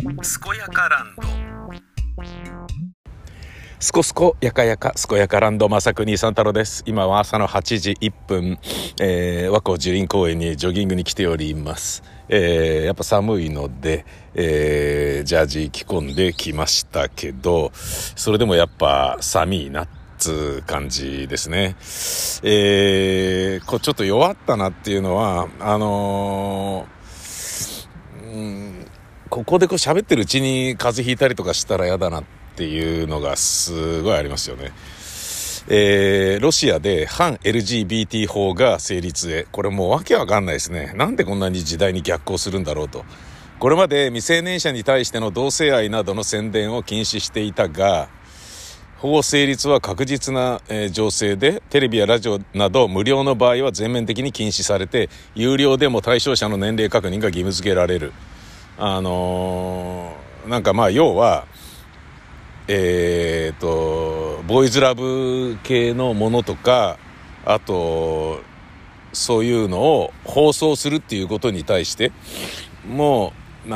健やかランド。すこすこやかやか健やかランド正国三太郎です。今は朝の8時1分、和光樹林公園にジョギングに来ております。やっぱ寒いので、ジャージ着込んできましたけど、それでもやっぱ寒いなつ感じですね。ちょっと弱ったなっていうのはここで喋ってるうちに風邪ひいたりとかしたら嫌だなっていうのがすごいありますよね。ロシアで反 LGBT 法が成立へ。これもうわけわかんないですね。なんでこんなに時代に逆行するんだろうと。これまで未成年者に対しての同性愛などの宣伝を禁止していたが、法成立は確実な情勢で、テレビやラジオなど無料の場合は全面的に禁止されて、有料でも対象者の年齢確認が義務付けられる。要はボーイズラブ系のものとか、あとそういうのを放送するっていうことに対してもう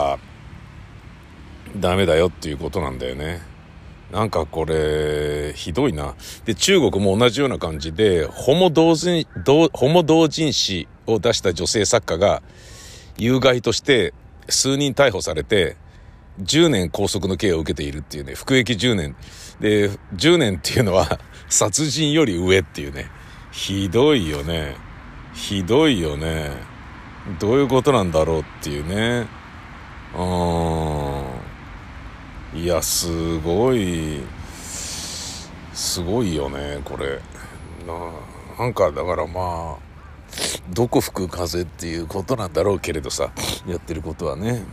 ダメだよっていうことなんだよね。これひどいな。で、中国も同じような感じでホモ同人誌を出した女性作家が有害として数人逮捕されて10年拘束の刑を受けているっていうね。服役10年で、10年っていうのは殺人より上っていうね。ひどいよね。どういうことなんだろうっていうね。いや、すごいよねこれ。だからどこ吹く風っていうことなんだろうけれどさ、やってることはね。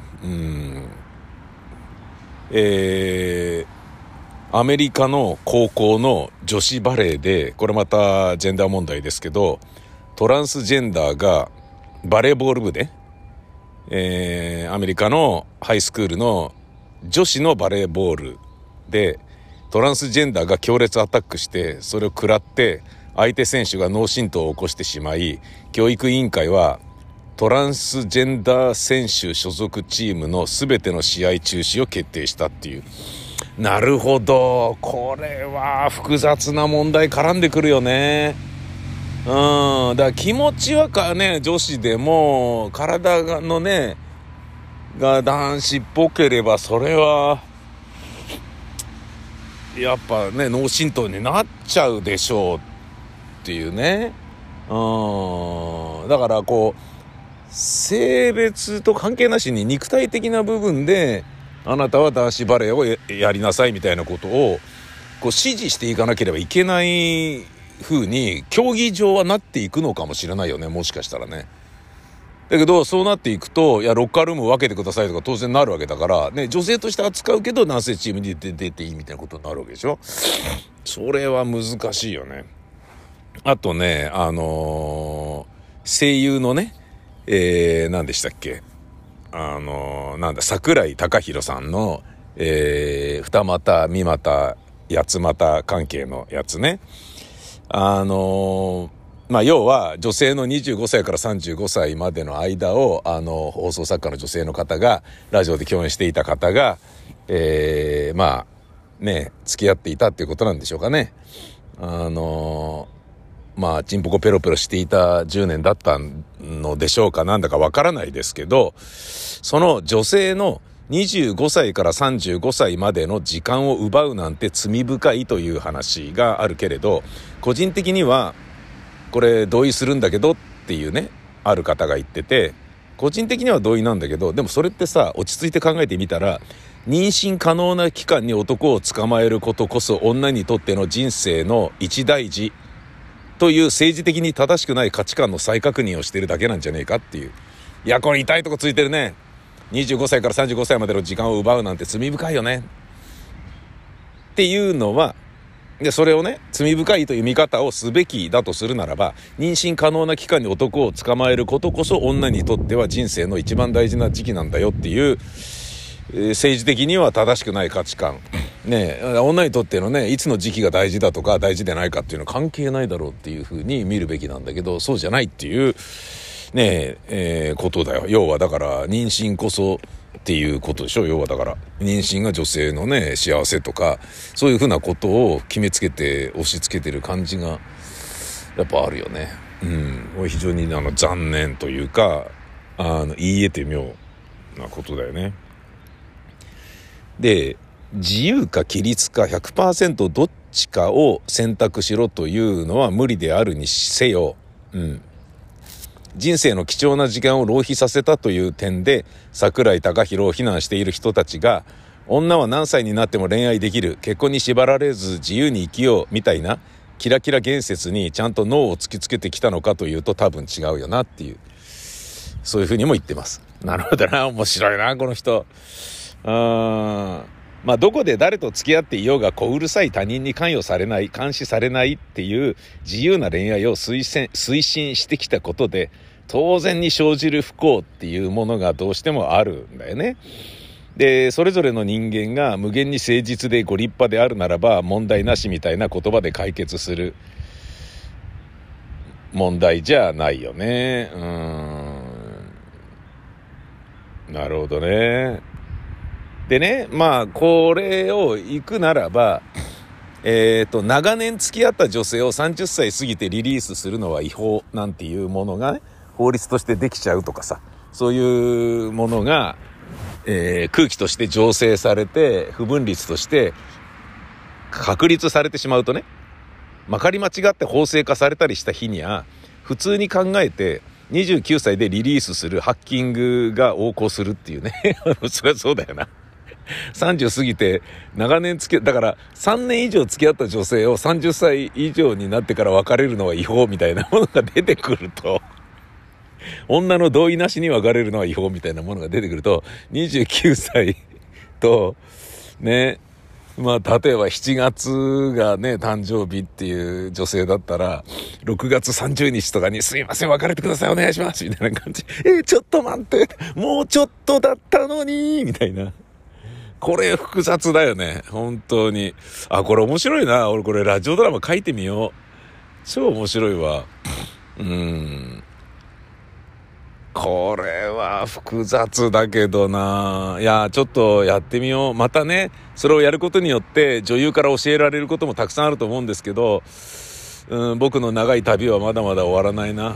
アメリカの高校の女子バレーで、これまたジェンダー問題ですけど、トランスジェンダーがバレーボール部で、アメリカのハイスクールの女子のバレーボールでトランスジェンダーが強烈アタックして、それを食らって相手選手が脳震盪を起こしてしまい、教育委員会はトランスジェンダー選手所属チームの全ての試合中止を決定したっていう。なるほど、これは複雑な問題絡んでくるよね。だから気持ちは女子でも体のねが男子っぽければ、それはやっぱね脳震盪になっちゃうでしょうっていうね。だから性別と関係なしに肉体的な部分であなたは男子バレーを やりなさいみたいなことを指示していかなければいけない風に競技上はなっていくのかもしれないよね、もしかしたらね。だけどそうなっていくと、いやロッカールーム分けてくださいとか当然なるわけだからね、女性として扱うけど男性チームに出ていいみたいなことになるわけでしょ。それは難しいよね。あとね、声優のね、何でしたっけ、桜井貴弘さんの、二股三股八股関係のやつね。要は女性の25歳から35歳までの間を放送作家の女性の方がラジオで共演していた方が付き合っていたっていうことなんでしょうかね。チンポコペロペロしていた10年だったのでしょうか、なんだかわからないですけど、その女性の25歳から35歳までの時間を奪うなんて罪深いという話があるけれど、個人的にはこれ同意するんだけどっていうね、ある方が言ってて、個人的には同意なんだけど、でもそれってさ、落ち着いて考えてみたら、妊娠可能な期間に男を捕まえることこそ女にとっての人生の一大事という政治的に正しくない価値観の再確認をしてるだけなんじゃねえかっていう。いや、これ痛いとこついてるね。25歳から35歳までの時間を奪うなんて罪深いよねっていうのは、でそれをね、罪深いという見方をすべきだとするならば、妊娠可能な期間に男を捕まえることこそ女にとっては人生の一番大事な時期なんだよっていう、政治的には正しくない価値観ね。女にとってのね、いつの時期が大事だとか大事でないかっていうのは関係ないだろうっていう風に見るべきなんだけど、そうじゃないっていうねことだよ。要はだから妊娠こそっていうことでしょ。要はだから妊娠が女性のね幸せとかそういうふうなことを決めつけて押し付けてる感じがやっぱあるよね。非常に残念というか言い得て妙なことだよね。で、自由か規律か 100% どっちかを選択しろというのは無理であるにせよ、人生の貴重な時間を浪費させたという点で櫻井貴宏を非難している人たちが、女は何歳になっても恋愛できる、結婚に縛られず自由に生きようみたいなキラキラ言説にちゃんとノーを突きつけてきたのかというと多分違うよなっていう、そういうふうにも言ってます。なるほどな、面白いなこの人。まあどこで誰と付き合っていようが小うるさい他人に関与されない、監視されないっていう自由な恋愛を推進してきたことで当然に生じる不幸っていうものがどうしてもあるんだよね。で、それぞれの人間が無限に誠実でご立派であるならば問題なしみたいな言葉で解決する問題じゃないよね。なるほどね。でね、まあこれを行くならば、長年付き合った女性を30歳過ぎてリリースするのは違法なんていうものがね、法律としてできちゃうとかさ、そういうものが、空気として醸成されて不分律として確立されてしまうとね、まかり間違って法制化されたりした日には普通に考えて29歳でリリースするハッキングが横行するっていうねそれはそうだよな。30過ぎて長年だから3年以上付き合った女性を30歳以上になってから別れるのは違法みたいなものが出てくると、女の同意なしに別れるのは違法みたいなものが出てくると、29歳とね、まあ例えば7月がね誕生日っていう女性だったら6月30日とかにすいません別れてくださいお願いしますみたいな感じ、ちょっと待ってもうちょっとだったのにみたいな、これ複雑だよね本当に。これ面白いな。俺これラジオドラマ書いてみよう。超面白いわ。これは複雑だけどな。いやちょっとやってみよう。またねそれをやることによって女優から教えられることもたくさんあると思うんですけど、僕の長い旅はまだまだ終わらないな。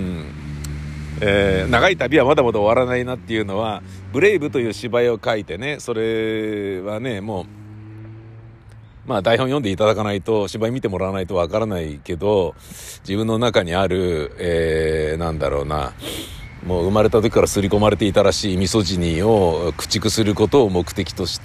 長い旅はまだまだ終わらないなっていうのは、ブレイブという芝居を書いてね、それはねもうまあ台本読んでいただかないと、芝居見てもらわないとわからないけど、自分の中にある、なんだろうな、もう生まれた時から刷り込まれていたらしいミソジニーを駆逐することを目的として、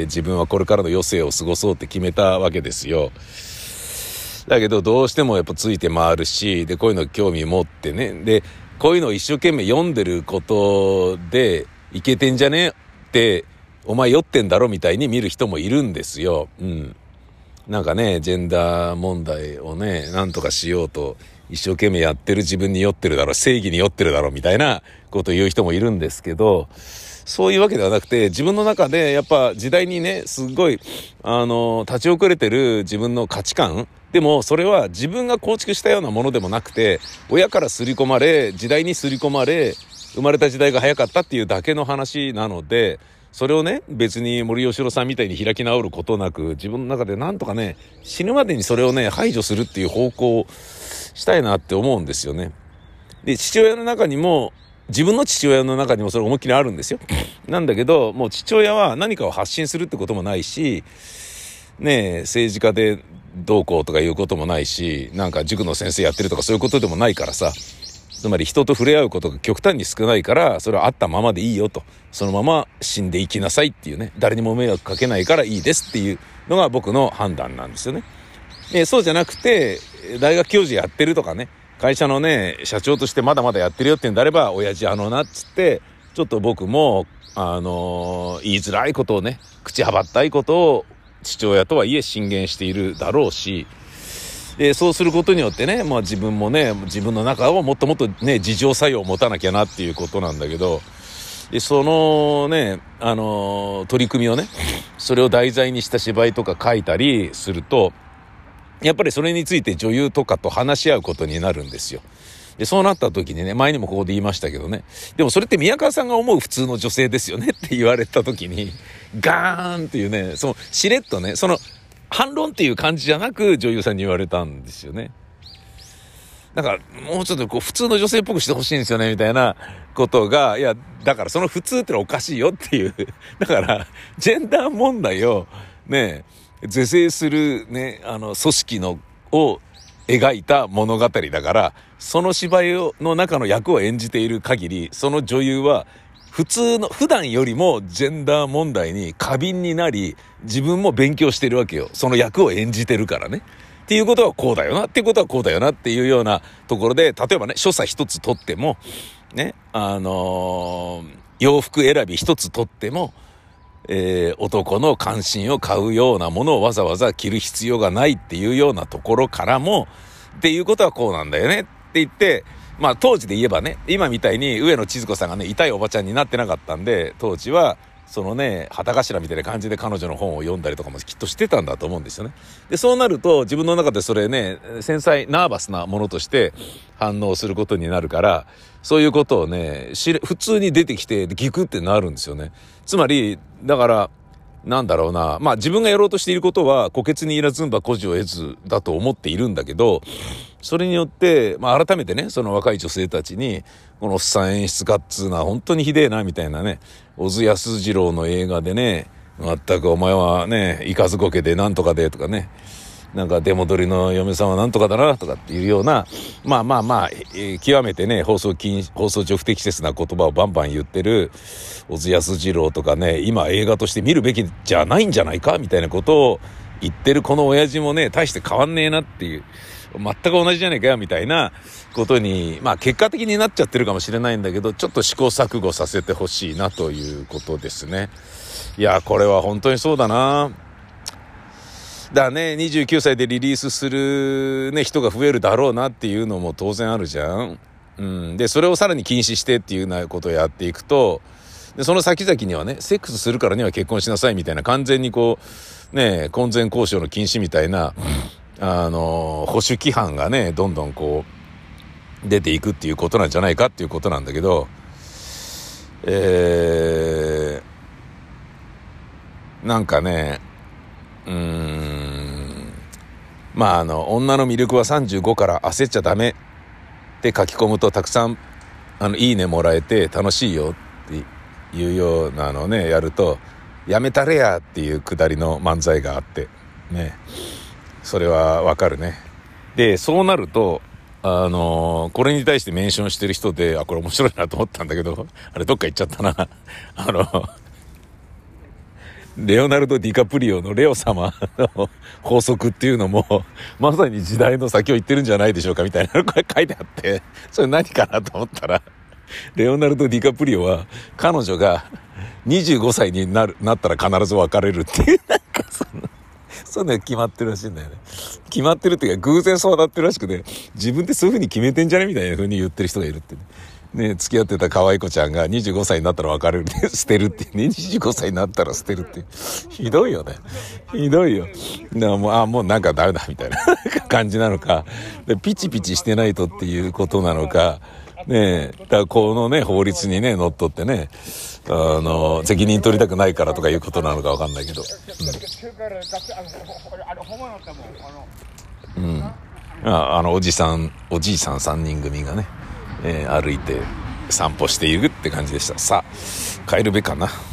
自分はこれからの余生を過ごそうって決めたわけですよ。だけどどうしてもやっぱついて回るし、でこういうの興味持ってね、でこういうのを一生懸命読んでることでいけてんじゃねってお前酔ってんだろみたいに見る人もいるんですよ。なんかねジェンダー問題をねなんとかしようと一生懸命やってる自分に酔ってるだろ、正義に酔ってるだろみたいなことを言う人もいるんですけど、そういうわけではなくて、自分の中でやっぱ時代にねすごい立ち遅れてる自分の価値観でも、それは自分が構築したようなものでもなくて、親から刷り込まれ時代に刷り込まれ生まれた時代が早かったっていうだけの話なので、それをね別に森喜朗さんみたいに開き直ることなく、自分の中でなんとかね死ぬまでにそれをね排除するっていう方向をしたいなって思うんですよね。で父親の中にも、自分の父親の中にもそれ思いっきりあるんですよ。なんだけどもう父親は何かを発信するってこともないしね、政治家でどうこうとかいうこともないし、なんか塾の先生やってるとかそういうことでもないからさ、つまり人と触れ合うことが極端に少ないから、それはあったままでいいよと、そのまま死んでいきなさいっていうね、誰にも迷惑かけないからいいですっていうのが僕の判断なんですよね。でそうじゃなくて大学教授やってるとかね、会社のね社長としてまだまだやってるよってんであれば、親父なっつってちょっと僕も言いづらいことをね、口はばったいことを父親とはいえ進言しているだろうし、でそうすることによってね、自分もね自分の中をもっともっとね自浄作用を持たなきゃなっていうことなんだけど、でそのね取り組みをね、それを題材にした芝居とか書いたりすると、やっぱりそれについて女優とかと話し合うことになるんですよ。 で、そうなった時にね、前にもここで言いましたけどね、でもそれって宮川さんが思う普通の女性ですよねって言われた時に、ガーンっていうね、そのしれっとね、その反論っていう感じじゃなく女優さんに言われたんですよね。だからもうちょっとこう普通の女性っぽくしてほしいんですよねみたいなことが、いやだからその普通ってのはおかしいよっていう、だからジェンダー問題をね是正するね組織のを描いた物語だから、その芝居の中の役を演じている限り、その女優は普段よりもジェンダー問題に過敏になり、自分も勉強してるわけよ。その役を演じてるからね。っていうことはこうだよな、っていうことはこうだよなっていうようなところで、例えばね、所作一つとっても、ね、洋服選び一つとっても、男の関心を買うようなものをわざわざ着る必要がないっていうようなところからも、っていうことはこうなんだよねって言って、まあ当時で言えばね、今みたいに上野千鶴子さんがね、痛いおばちゃんになってなかったんで、当時は、そのね、旗頭みたいな感じで彼女の本を読んだりとかもきっとしてたんだと思うんですよね。で、そうなると自分の中でそれね、繊細、ナーバスなものとして反応することになるから、そういうことをね、普通に出てきてギクってなるんですよね。つまり、だから、なんだろうな、まあ自分がやろうとしていることは虎穴に入らずんば孤児を得ずだと思っているんだけど、それによって、まあ改めてね、その若い女性たちに、このおっさん演出家っつうのは本当にひでえなみたいなね、小津安二郎の映画でね、全くお前はね、イカズコ家でなんとかでとかね、なんか出戻りの嫁さんはなんとかだなとかっていうような、まあ、極めてね、放送上不適切な言葉をバンバン言ってる小津安二郎とかね、今映画として見るべきじゃないんじゃないかみたいなことを言ってるこの親父もね、大して変わんねえなっていう、全く同じじゃねえかよみたいなことに、まあ結果的になっちゃってるかもしれないんだけど、ちょっと試行錯誤させてほしいなということですね。いや、これは本当にそうだな。だね、29歳でリリースするね、人が増えるだろうなっていうのも当然あるじゃん。うん。で、それをさらに禁止してっていうようなことをやっていくと、で、その先々にはね、セックスするからには結婚しなさいみたいな、完全にこう、ね、婚前交渉の禁止みたいな、保守規範がね、どんどんこう、出ていくっていうことなんじゃないかっていうことなんだけど、なんかね、まあ女の魅力は35から焦っちゃダメって書き込むとたくさんいいねもらえて楽しいよっていうようなのをねやると、やめたれやっていうくだりの漫才があってね、それはわかるね。でそうなるとこれに対してメンションしてる人で、これ面白いなと思ったんだけど、あれどっか行っちゃったなレオナルド・ディカプリオのレオ様の法則っていうのもまさに時代の先を言ってるんじゃないでしょうかみたいなのが書いてあって、それ何かなと思ったら、レオナルド・ディカプリオは彼女が25歳になったら必ず別れるっていう、なんかそういうのが決まってるらしいんだよね。決まってるっていうか偶然そうなってるらしくて、自分でそういう風に決めてんじゃねみたいな風に言ってる人がいるってね、付き合ってた可愛い子ちゃんが25歳になったら別れるって捨てるってね、25歳になったら捨てるってひどいよね。ひどいよ。だからもうなんかダメだみたいな感じなのか、でピチピチしてないとっていうことなのかね、だからこのね法律にねのっとってね、責任取りたくないからとかいうことなのかわかんないけど、おじいさん3人組がね、歩いて散歩しているって感じでした。さあ帰るべかな。